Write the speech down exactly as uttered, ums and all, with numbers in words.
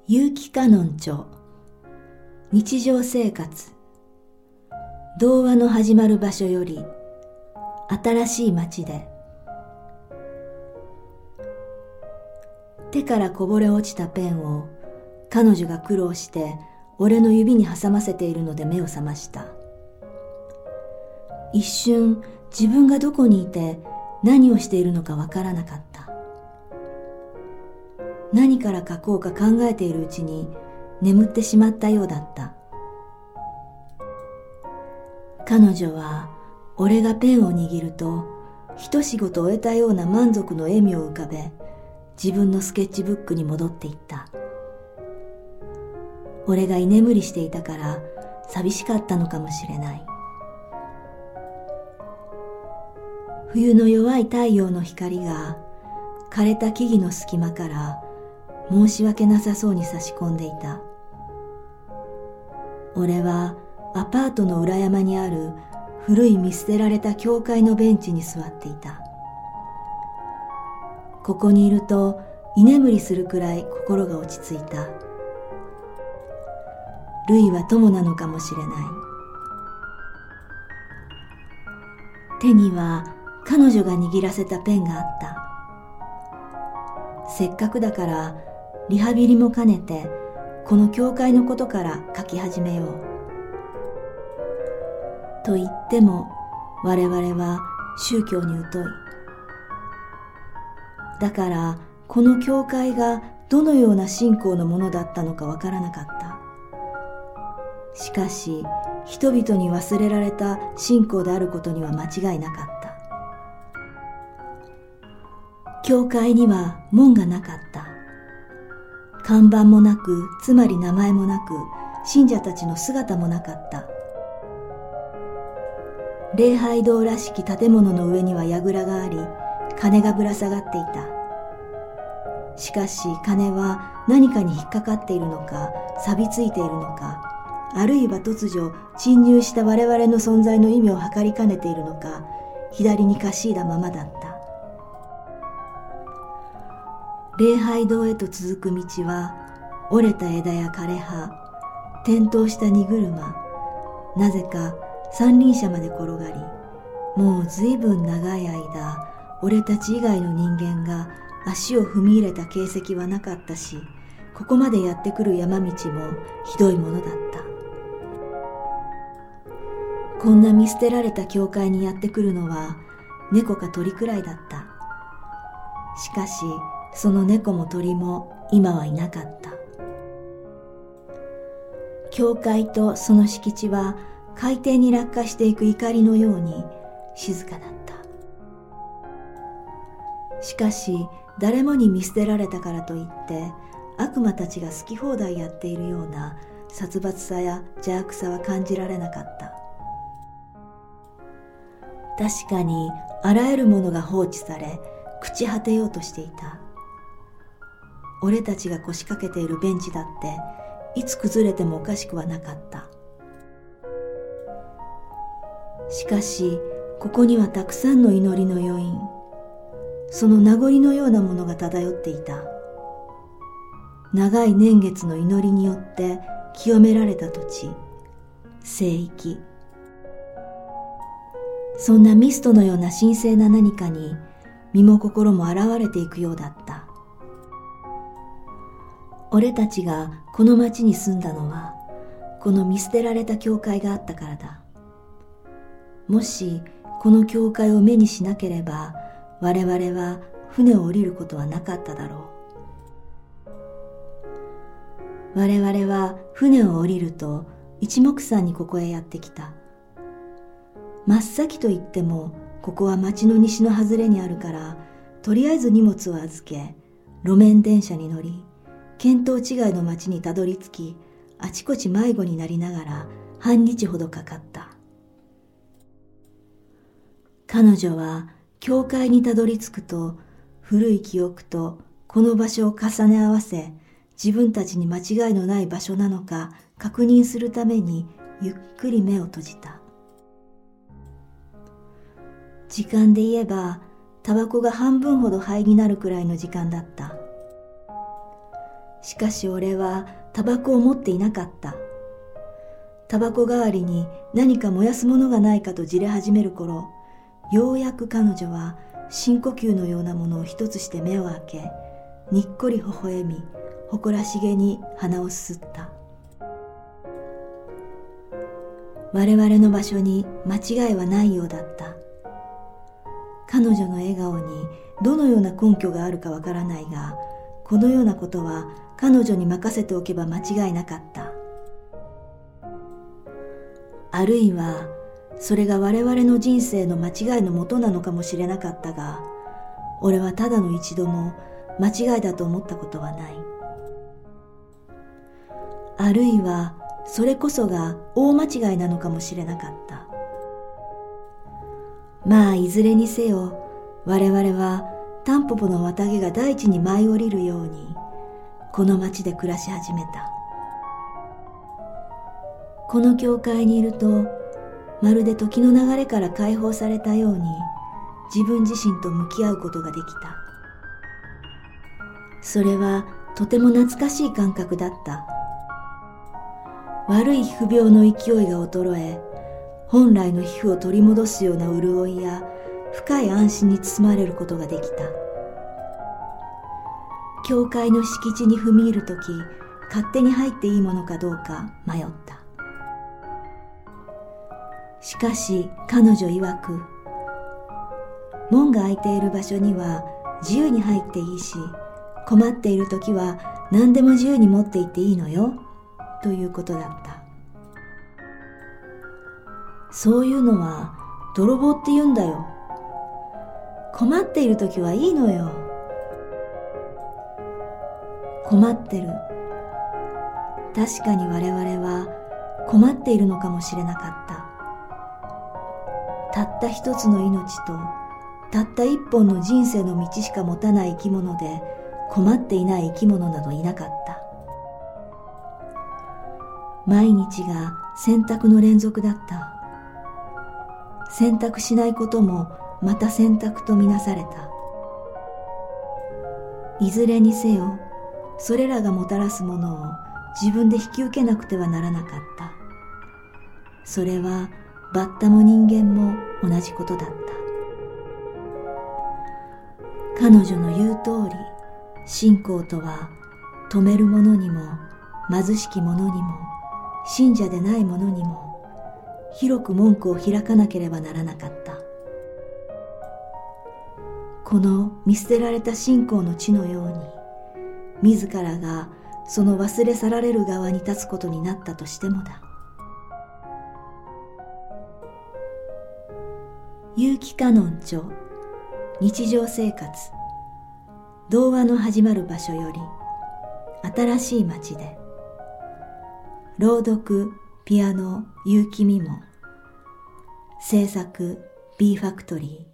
結城かのん著日常生活童話の始まる場所より新しい街で。手からこぼれ落ちたペンを彼女が苦労して俺の指に挟ませているので目を覚ました。一瞬自分がどこにいて何をしているのかわからなかった。何から書こうか考えているうちに眠ってしまったようだった。彼女は俺がペンを握ると一仕事終えたような満足の笑みを浮かべ、自分のスケッチブックに戻っていった。俺が居眠りしていたから寂しかったのかもしれない。冬の弱い太陽の光が枯れた木々の隙間から申し訳なさそうに差し込んでいた。俺はアパートの裏山にある古い見捨てられた教会のベンチに座っていた。ここにいると居眠りするくらい心が落ち着いた。ルイは友なのかもしれない。手には彼女が握らせたペンがあった。せっかくだからリハビリも兼ねてこの教会のことから書き始めよう。と言っても我々は宗教に疎い。だからこの教会がどのような信仰のものだったのかわからなかった。しかし人々に忘れられた信仰であることには間違いなかった。教会には門がなかった。看板もなく、つまり名前もなく、信者たちの姿もなかった。礼拝堂らしき建物の上には櫓があり、鐘がぶら下がっていた。しかし鐘は何かに引っかかっているのか、錆びついているのか、あるいは突如侵入した我々の存在の意味を測りかねているのか、左にかしいだままだった。礼拝堂へと続く道は折れた枝や枯れ葉、転倒した荷車、なぜか三輪車まで転がり、もうずいぶん長い間俺たち以外の人間が足を踏み入れた形跡はなかったし、ここまでやってくる山道もひどいものだった。こんな見捨てられた教会にやってくるのは猫か鳥くらいだった。しかしその猫も鳥も今はいなかった。教会とその敷地は海底に落下していく怒りのように静かだった。しかし誰もに見捨てられたからといって悪魔たちが好き放題やっているような殺伐さや邪悪さは感じられなかった。確かにあらゆるものが放置され朽ち果てようとしていた。俺たちが腰掛けているベンチだっていつ崩れてもおかしくはなかった。しかしここにはたくさんの祈りの余韻、その名残のようなものが漂っていた。長い年月の祈りによって清められた土地、聖域。そんなミストのような神聖な何かに身も心も現れていくようだった。俺たちがこの町に住んだのはこの見捨てられた教会があったからだ。もしこの教会を目にしなければ我々は船を降りることはなかっただろう。我々は船を降りると一目散にここへやってきた。真っ先と言ってもここは町の西の外れにあるから、とりあえず荷物を預け路面電車に乗り、見当違いの町にたどり着き、あちこち迷子になりながら半日ほどかかった。彼女は教会にたどり着くと古い記憶とこの場所を重ね合わせ、自分たちに間違いのない場所なのか確認するためにゆっくり目を閉じた。時間で言えばタバコが半分ほど灰になるくらいの時間だった。 しかし俺はタバコを持っていなかった。タバコ代わりに何か燃やすものがないかとじれ始める頃、ようやく彼女は深呼吸のようなものを一つして目を開け、にっこり微笑み、誇らしげに鼻をすすった。我々の場所に間違いはないようだった。彼女の笑顔にどのような根拠があるかわからないが、このようなことは彼女に任せておけば間違いなかった。あるいはそれが我々の人生の間違いのもとなのかもしれなかったが、俺はただの一度も間違いだと思ったことはない。あるいはそれこそが大間違いなのかもしれなかった。まあいずれにせよ、我々はタンポポの綿毛が大地に舞い降りるようにこの町で暮らし始めた。この教会にいると、まるで時の流れから解放されたように自分自身と向き合うことができた。それはとても懐かしい感覚だった。悪い皮膚病の勢いが衰え、本来の皮膚を取り戻すような潤いや深い安心に包まれることができた。教会の敷地に踏み入るとき、勝手に入っていいものかどうか迷った。しかし彼女曰く、門が開いている場所には自由に入っていいし、困っているときは何でも自由に持って行っていいのよ、ということだった。そういうのは泥棒って言うんだよ。困っているときはいいのよ。困ってる。確かに我々は困っているのかもしれなかった。たった一つの命とたった一本の人生の道しか持たない生き物で、困っていない生き物などいなかった。毎日が選択の連続だった。選択しないこともまた選択とみなされた。いずれにせよ、それらがもたらすものを自分で引き受けなくてはならなかった。それはバッタも人間も同じことだった。彼女の言う通り、信仰とは止める者にも貧しき者にも信者でない者にも広く門戸を開かなければならなかった。この見捨てられた信仰の地のように、自らがその忘れ去られる側に立つことになったとしてもだ。結城かのん著、日常生活、童話の始まる場所より、新しい街で。朗読ピアノ結城美も、制作 B ファクトリー。